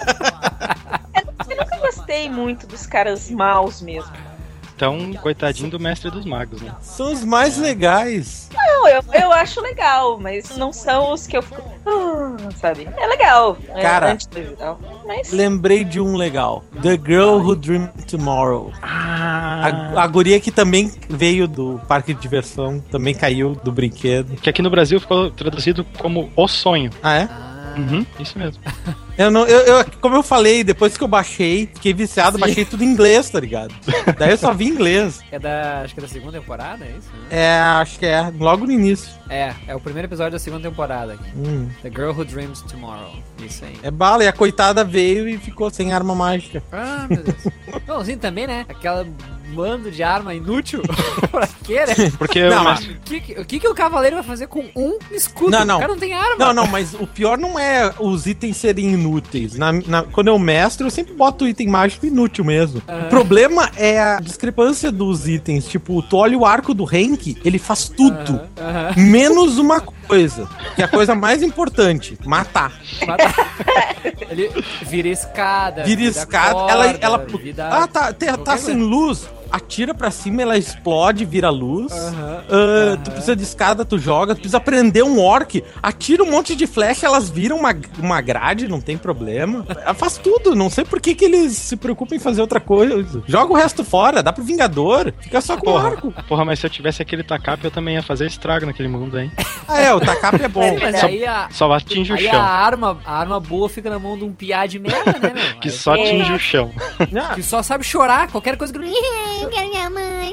Eu nunca gostei muito dos caras maus mesmo. Então, coitadinho do Mestre dos Magos, né? São os mais legais. Não, eu acho legal, mas não são os que eu fico... sabe? É legal. Cara, mas... lembrei de um legal. The Girl Who Dreamed Tomorrow. A guria que também veio do parque de diversão, também caiu do brinquedo. Que aqui no Brasil ficou traduzido como O Sonho. Isso mesmo. Como eu falei, depois que eu baixei, fiquei viciado, baixei tudo em inglês, tá ligado? Daí eu só vi em inglês. Acho que é da segunda temporada, é isso? Acho que é, logo no início. É o primeiro episódio da segunda temporada aqui. The Girl Who Dreams Tomorrow. Isso aí. É bala, e a coitada veio e ficou sem arma mágica. Meu Deus. Bom, sim, também, né? Aquela bando de arma inútil. Pra quê, né? Porque o que o cavaleiro vai fazer com um escudo? Não. O cara não tem arma. Não, mas o pior não é os itens serem inúteis. Quando eu mestro, eu sempre boto o item mágico inútil mesmo. O problema é a discrepância dos itens. Tipo, tu olha o arco do Hank, ele faz tudo. Menos uma coisa. coisa, que é a coisa mais importante, matar. Ele vira escada. Vira escada, corda, ela tá sem luz. Atira pra cima, ela explode, vira luz. Tu precisa de escada, tu joga. Tu precisa prender um orc, atira um monte de flecha, elas viram uma grade, não tem problema. Ela faz tudo, não sei por que eles se preocupam em fazer outra coisa. Joga o resto fora, dá pro Vingador, fica só com o arco. Porra, mas se eu tivesse aquele Takap, eu também ia fazer estrago naquele mundo, hein? O Takap é bom. Mas só atinge o chão. A arma boa fica na mão de um piá de merda, né, meu? Que só atinge o chão. Que só sabe chorar, qualquer coisa que... Eu quero minha mãe.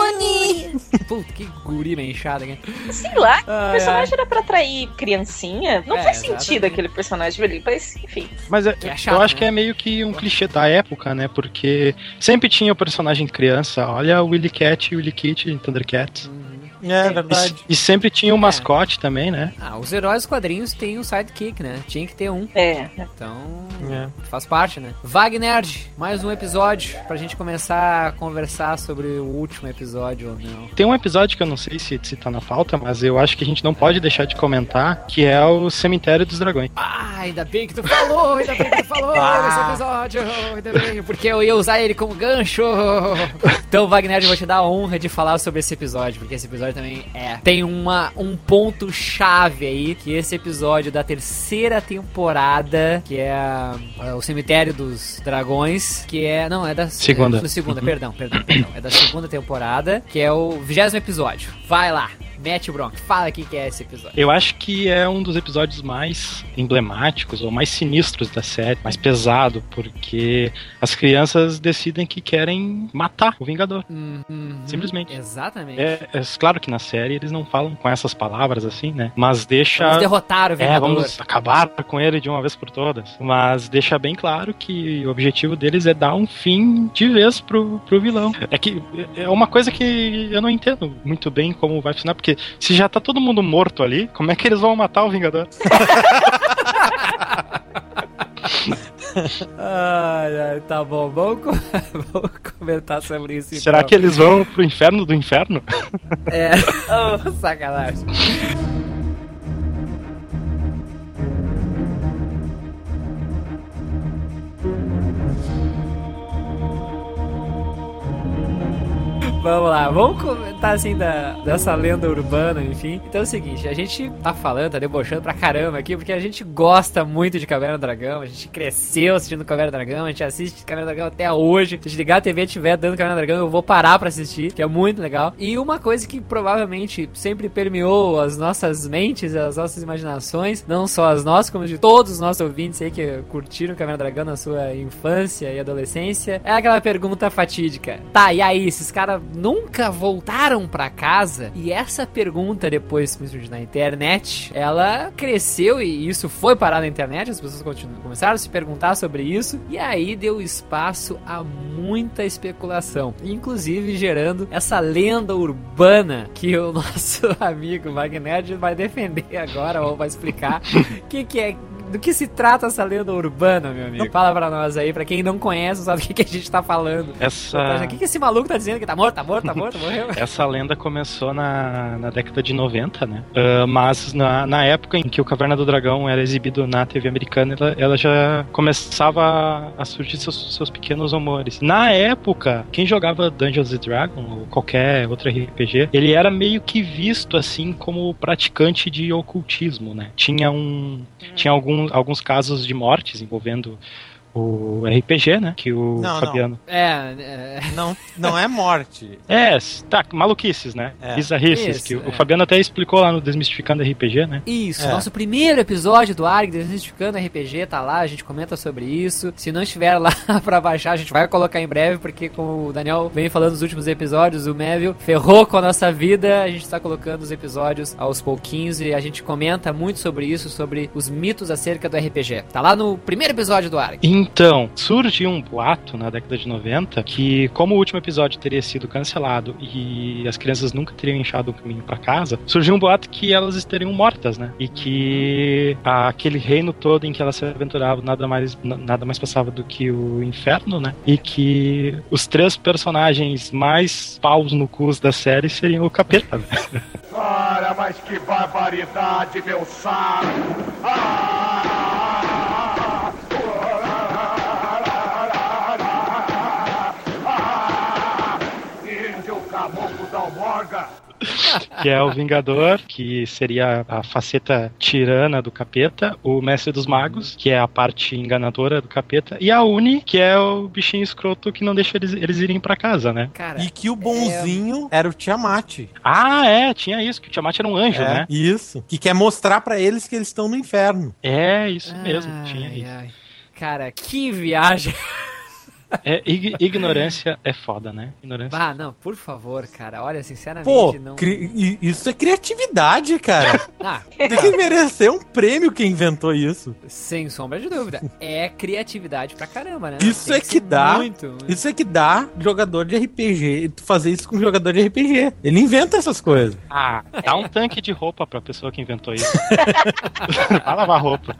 Puta, que guri menchada, hein? Sei lá, o personagem era pra atrair criancinha. Não faz sentido aquele personagem ali, mas enfim. Mas eu acho que é meio que um clichê da época, né? Porque sempre tinha o personagem criança. Olha o Willy Cat e o Willy Kit em Thundercats. É verdade. E sempre tinha um mascote também, né? Os heróis dos quadrinhos têm um sidekick, né? Tinha que ter um. Então, faz parte, né? Wagner, mais um episódio pra gente começar a conversar sobre o último episódio ou não. Tem um episódio que eu não sei se tá na pauta, mas eu acho que a gente não pode deixar de comentar, que é o Cemitério dos Dragões. Ainda bem que tu falou nesse episódio, ainda bem, porque eu ia usar ele como gancho. Então, Wagner, eu vou te dar a honra de falar sobre esse episódio, porque esse episódio também tem um ponto chave aí, que esse episódio da terceira temporada, que é o Cemitério dos Dragões, que é... Não, é da segunda. Perdão. É da segunda temporada, que é o 20º episódio. Vai lá. Mete o bronco, fala aqui que é esse episódio. Eu acho que é um dos episódios mais emblemáticos ou mais sinistros da série, mais pesado, porque as crianças decidem que querem matar o Vingador. Simplesmente. Exatamente. É claro que na série eles não falam com essas palavras assim, né? Mas deixa... Vamos derrotar o Vingador. Vamos acabar com ele de uma vez por todas. Mas deixa bem claro que o objetivo deles é dar um fim de vez pro vilão. É que é uma coisa que eu não entendo muito bem como vai funcionar, porque se já tá todo mundo morto ali, como é que eles vão matar o Vingador? Tá bom, vamos comentar sobre isso. Será que eles vão pro inferno do inferno? Sacanagem. Vamos lá, vamos comentar assim dessa lenda urbana, enfim. Então é o seguinte, a gente tá falando, tá debochando pra caramba aqui, porque a gente gosta muito de Caverna do Dragão, a gente cresceu assistindo Caverna do Dragão, a gente assiste Caverna do Dragão até hoje. Se desligar a TV e estiver dando Caverna do Dragão, eu vou parar pra assistir, que é muito legal. E uma coisa que provavelmente sempre permeou as nossas mentes, as nossas imaginações, não só as nossas, como de todos os nossos ouvintes aí que curtiram Caverna do Dragão na sua infância e adolescência, é aquela pergunta fatídica. Tá, e aí, esses caras nunca voltaram pra casa? E essa pergunta, depois na internet, ela cresceu e isso foi parar na internet, as pessoas começaram a se perguntar sobre isso, e aí deu espaço a muita especulação, inclusive gerando essa lenda urbana que o nosso amigo Wagner vai defender agora, ou vai explicar o que é. Do que se trata essa lenda urbana, meu amigo? Fala pra nós aí, pra quem não conhece, sabe do que a gente tá falando. O que esse maluco tá dizendo? Que tá morto, morreu? Essa lenda começou na década de 90, né? Mas na época em que o Caverna do Dragão era exibido na TV americana, ela já começava a surgir seus pequenos humores. Na época, quem jogava Dungeons & Dragons, ou qualquer outro RPG, ele era meio que visto, assim, como praticante de ocultismo, né? Tinha alguns casos de mortes envolvendo o RPG, né? Que o Fabiano... Não é morte. Maluquices, né? Bizarrices, que o Fabiano até explicou lá no Desmistificando RPG, né? Isso, nosso primeiro episódio do ARG, Desmistificando RPG, tá lá, a gente comenta sobre isso. Se não estiver lá pra baixar, a gente vai colocar em breve, porque como o Daniel vem falando nos últimos episódios, o Mévio ferrou com a nossa vida, a gente tá colocando os episódios aos pouquinhos e a gente comenta muito sobre isso, sobre os mitos acerca do RPG. Tá lá no primeiro episódio do ARG. Então, surgiu um boato na década de 90 que, como o último episódio teria sido cancelado e as crianças nunca teriam enxado o caminho pra casa, surgiu um boato que elas estariam mortas, né? E que aquele reino todo em que elas se aventuravam nada mais passava do que o inferno, né? E que os 3 personagens mais paus no cus da série seriam o capeta, né? Ora, mas que barbaridade, meu saco! Índio Caboclo da Almorga! Que é o Vingador, que seria a faceta tirana do capeta, o Mestre dos Magos, que é a parte enganadora do capeta, e a Uni, que é o bichinho escroto que não deixa eles irem pra casa, né? Cara, e que o bonzinho era o Tiamat. Ah, tinha isso, que o Tiamat era um anjo, né? Isso, que quer mostrar pra eles que eles estão no inferno. É, isso mesmo, tinha isso. Cara, que viagem... Ignorância é foda, né? Ignorância. Ah, não, por favor, cara. Olha, sinceramente, não... isso é criatividade, cara. Tem que merecer um prêmio quem inventou isso. Sem sombra de dúvida. É criatividade pra caramba, né? Isso é que dá. Isso é que dá jogador de RPG. Tu fazer isso com jogador de RPG. Ele inventa essas coisas. Ah, dá um tanque de roupa pra pessoa que inventou isso. Vai lavar roupa.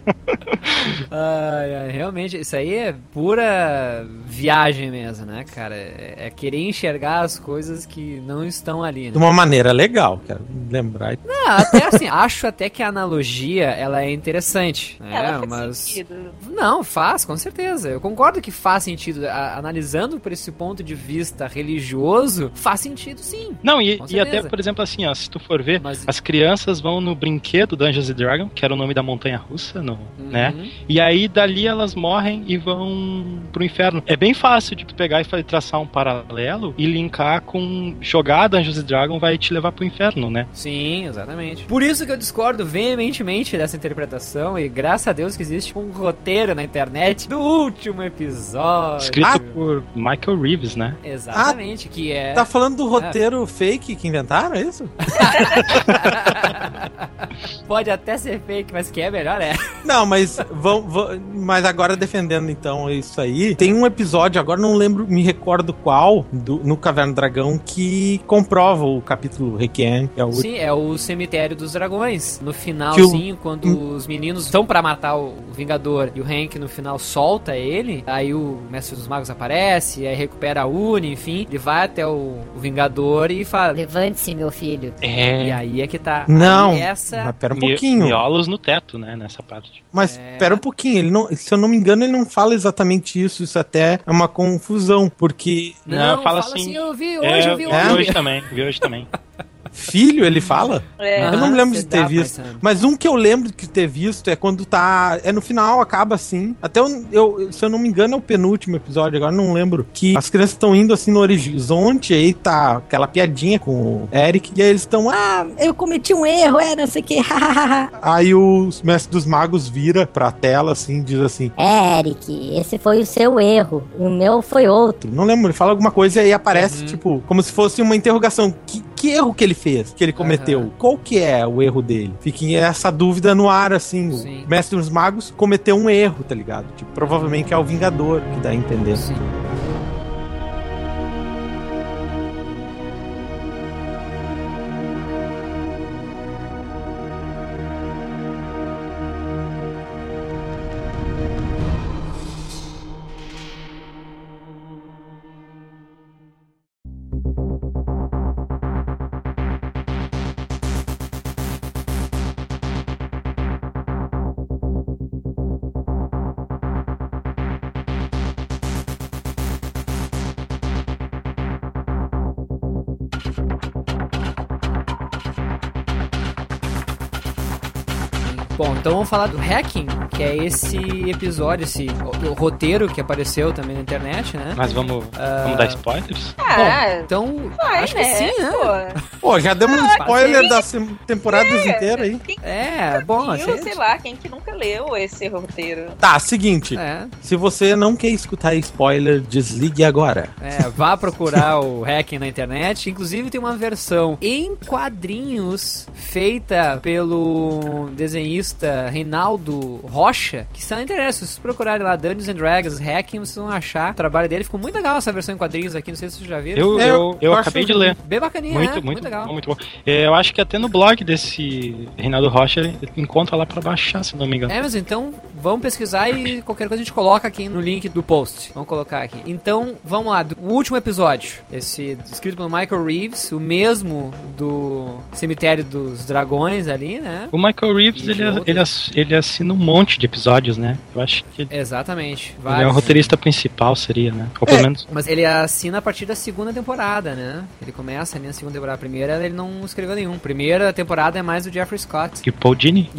Realmente, isso aí é pura viagem mesmo, né, cara? É querer enxergar as coisas que não estão ali, né? De uma maneira legal, quero lembrar. Não, até assim, acho até que a analogia, ela é interessante, né? Ela faz mas sentido. Não, faz, com certeza. Eu concordo que faz sentido. Analisando por esse ponto de vista religioso, faz sentido, sim. Não, e até, por exemplo, assim, ó, se tu for ver, as crianças vão no brinquedo Dungeons & Dragons, que era o nome da montanha-russa, né? E aí, dali, elas morrem e vão pro inferno. É bem fácil de tu pegar e traçar um paralelo e linkar com jogar Dungeons & Dragons vai te levar pro inferno, né? Sim, exatamente. Por isso que eu discordo veementemente dessa interpretação e graças a Deus que existe um roteiro na internet do último episódio. Escrito por Michael Reeves, né? Exatamente, que é... Tá falando do roteiro fake que inventaram, é isso? Pode até ser fake, mas que é melhor Não, mas mas agora defendendo então isso aí, tem um episódio, agora não lembro, me recordo qual, no Caverna do Dragão, que comprova o capítulo Requiem. Sim, é o Cemitério dos Dragões. No final, quando os meninos estão pra matar o Vingador e o Hank no final solta ele, aí o Mestre dos Magos aparece, aí recupera a Uni, enfim, ele vai até o Vingador e fala: levante-se, meu filho. E aí é que tá. Não, mas pera um pouquinho. Miolos no teto, né, nessa parte. Mas pera um pouquinho, ele não, se eu não me engano, ele não fala exatamente isso até é uma confusão, porque... Não, fala assim, eu vi hoje, vi hoje também. Filho, ele fala? Eu não me lembro de ter visto. Mas um que eu lembro de ter visto é quando tá... É no final, acaba assim. Até se eu não me engano, é o penúltimo episódio, agora não lembro. Que as crianças estão indo assim no horizonte, aí tá aquela piadinha com o Eric. E aí eles estão... eu cometi um erro, não sei o que. Aí o Mestre dos Magos vira pra tela assim, diz assim: Eric, esse foi o seu erro. O meu foi outro. Não lembro, ele fala alguma coisa e aí aparece, tipo, como se fosse uma interrogação. Que erro que ele fez, que ele cometeu? Qual que é o erro dele? Fica essa dúvida no ar, assim. Sim. O Mestre dos Magos cometeu um erro, tá ligado? Tipo, provavelmente é o Vingador que dá a entender. Sim. Bom, então vamos falar do Hacking, que é esse episódio, o roteiro que apareceu também na internet, né? Mas vamos dar spoilers? Bom, então, acho que sim, né? Pô, já demos um spoiler das temporadas inteiras aí. Sei lá, quem que nunca leu esse roteiro? Tá, seguinte, se você não quer escutar spoiler, desligue agora. Vá procurar o Hacking na internet, inclusive tem uma versão em quadrinhos feita pelo desenhista roteirista Reinaldo Rocha, que está na internet. Se vocês procurarem lá Dungeons and Dragons Hacking, vocês vão achar o trabalho dele. Ficou muito legal essa versão em quadrinhos aqui, não sei se vocês já viram. Eu acabei de ler. Bem bacaninha, muito legal. Muito bom. Eu acho que até no blog desse Reinaldo Rocha encontra lá pra baixar, se não me engano. Mas então vamos pesquisar e qualquer coisa a gente coloca aqui no link do post. Vamos colocar aqui. Então, vamos lá. O último episódio. Esse escrito pelo Michael Reeves, o mesmo do Cemitério dos Dragões ali, né? O Michael Reeves, ele assina um monte de episódios, né? Eu acho que... Exatamente. Ele é o roteirista principal, seria, né? Ou pelo menos... Mas ele assina a partir da segunda temporada, né? Ele começa ali na segunda temporada. A primeira ele não escreveu nenhum. Primeira temporada é mais do Jeffrey Scott. E o Paul Dini.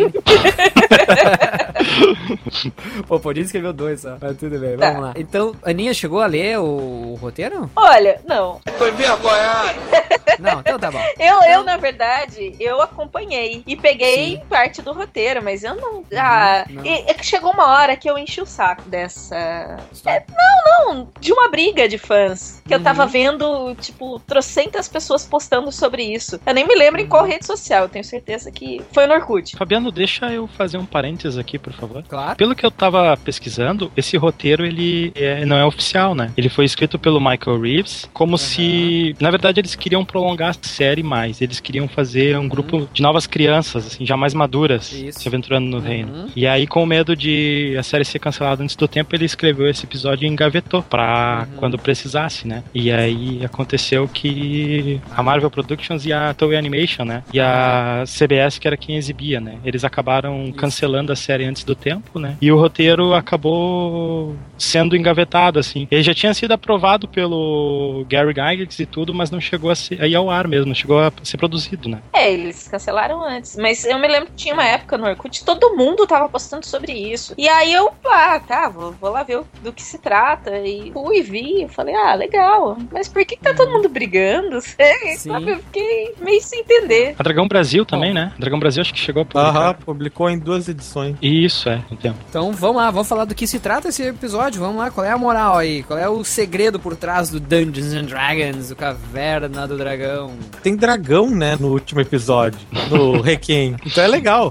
Pô, o Paul Dini escreveu 2 só. Mas tudo bem, vamos lá. Então, a Aninha chegou a ler o roteiro? Olha, não. Tô envergonhado. Não, então tá bom. Eu, na verdade, eu acompanhei e peguei parte do roteiro, mas eu não... É que chegou uma hora que eu enchi o saco dessa... de uma briga de fãs. Que eu tava vendo, tipo, trocentas pessoas postando sobre isso. Eu nem me lembro em qual rede social, eu tenho certeza que foi no Orkut. Fabiano, deixa eu fazer um parênteses aqui, por favor. Claro. Pelo que eu tava pesquisando, esse roteiro, ele não é oficial, né? Ele foi escrito pelo Michael Reeves, como se... Na verdade, eles queriam prolongar a série mais. Eles queriam fazer um grupo de novas crianças, assim, já mais maduras, se aventurando no reino. E aí, com medo de a série ser cancelada antes do tempo, ele escreveu esse episódio e engavetou pra quando precisasse, né? E aí aconteceu que a Marvel Productions e a Toei Animation, né? E a CBS, que era quem exibia, né? Eles acabaram cancelando a série antes do tempo, né? E o roteiro acabou sendo engavetado, assim. Ele já tinha sido aprovado pelo Gary Gygax e tudo, mas não chegou a ir ao ar mesmo, não chegou a ser produzido, né? Eles cancelaram antes. Mas eu me lembro que tinha uma época no Orkut, todo mundo tava postando sobre isso. E aí eu, vou lá ver do que se trata. E fui, vi, falei, legal. Mas por que tá todo mundo brigando? Sabe? Eu fiquei meio sem entender. A Dragão Brasil também, né? A Dragão Brasil acho que chegou a publicar. Publicou em 2 edições. Isso, no tempo. Então vamos lá, vamos falar do que se trata esse episódio. Vamos lá, qual é a moral aí? Qual é o segredo por trás do Dungeons and Dragons, o Caverna do Dragão? Tem dragão, né, no último episódio, no Requiem. Então é legal.